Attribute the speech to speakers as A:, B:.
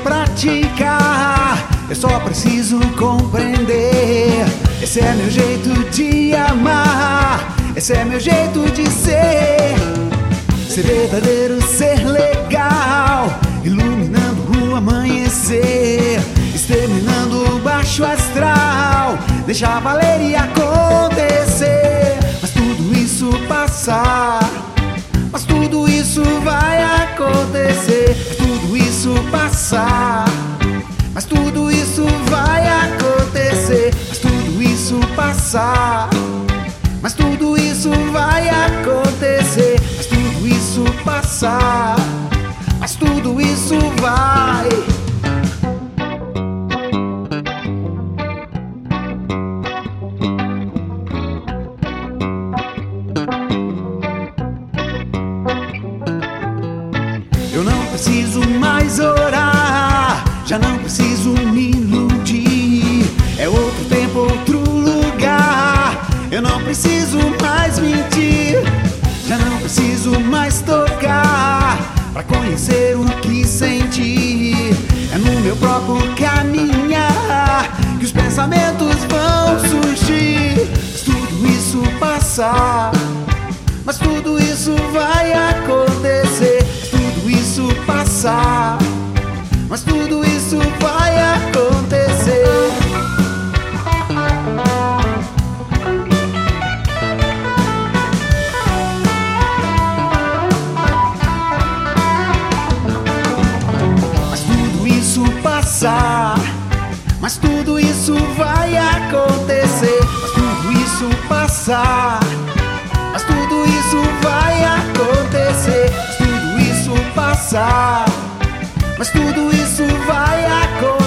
A: praticar, eu só preciso compreender. Esse é meu jeito de amar, esse é meu jeito de ser. Ser verdadeiro, ser legal, iluminando o amanhecer, exterminando o baixo astral, deixar valer e acontecer. Mas tudo isso passar, mas tudo isso vai acontecer. Mas tudo isso passar, mas tudo isso vai acontecer. Mas tudo isso passar, mas tudo isso vai acontecer. Mas tudo isso passar, mas tudo isso vai. Eu não preciso mais orar, já não preciso me iludir. É outro tempo, outro lugar. Eu não preciso mais mentir, já não preciso mais tocar pra conhecer o que sentir. É no meu próprio caminhar que os pensamentos vão surgir. Mas tudo isso passar, mas tudo isso vai acontecer. Mas tudo isso passar, mas tudo isso vai acontecer. Mas tudo isso passar, mas tudo isso vai acontecer. Mas tudo isso passar, mas tudo isso vai acontecer. Mas tudo isso passar, mas tudo isso vai acontecer.